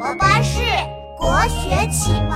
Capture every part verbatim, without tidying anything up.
蒙巴士国学启蒙。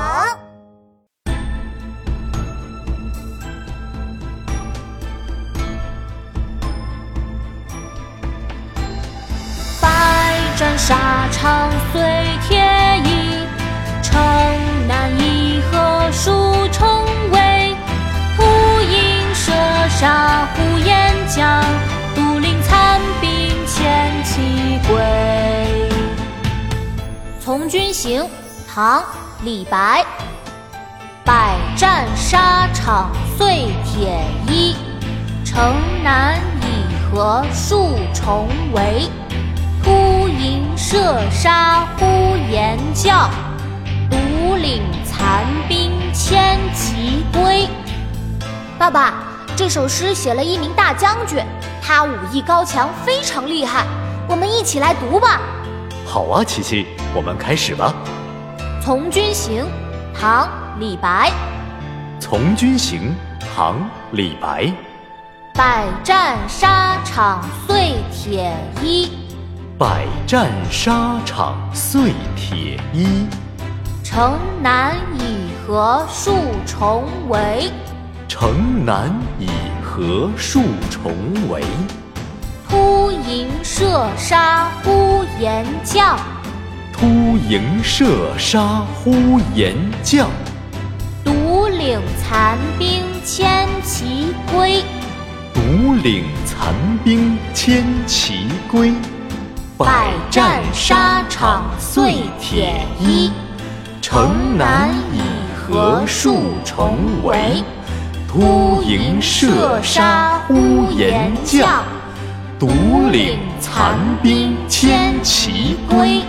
百战沙场碎铁衣，城南易河数重围。突营射杀呼延将，独领残兵千骑归。从军行，唐·李白。百战沙场碎铁衣，城南易河数重围。突营射杀呼延将，独领残兵千骑归。爸爸，这首诗写了一名大将军，他武艺高强，非常厉害，我们一起来读吧。 好啊，琪琪，我们开始吧。 从军行，唐·李白。 从军行，唐·李白。 百战沙场碎铁衣， 百战沙场碎铁衣。 城南易河数重围。 城南易河数重围。 突营射杀呼延将， 突营射杀呼延将， 独领残兵千骑归。 独领残兵千骑归。 百战沙场碎铁衣， 城南易河数重围。突营射杀呼延将，独领残兵千骑归。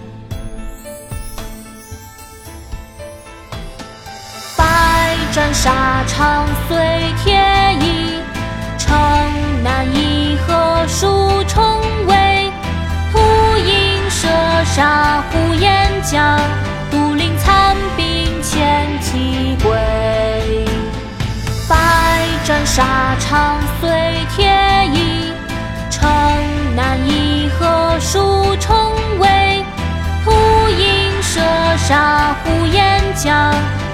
百战沙场碎铁衣，城南易河数重围。突营射杀呼延将，独领残兵千骑归。百战沙场碎铁衣，城南易河数重围。突营射杀呼延将，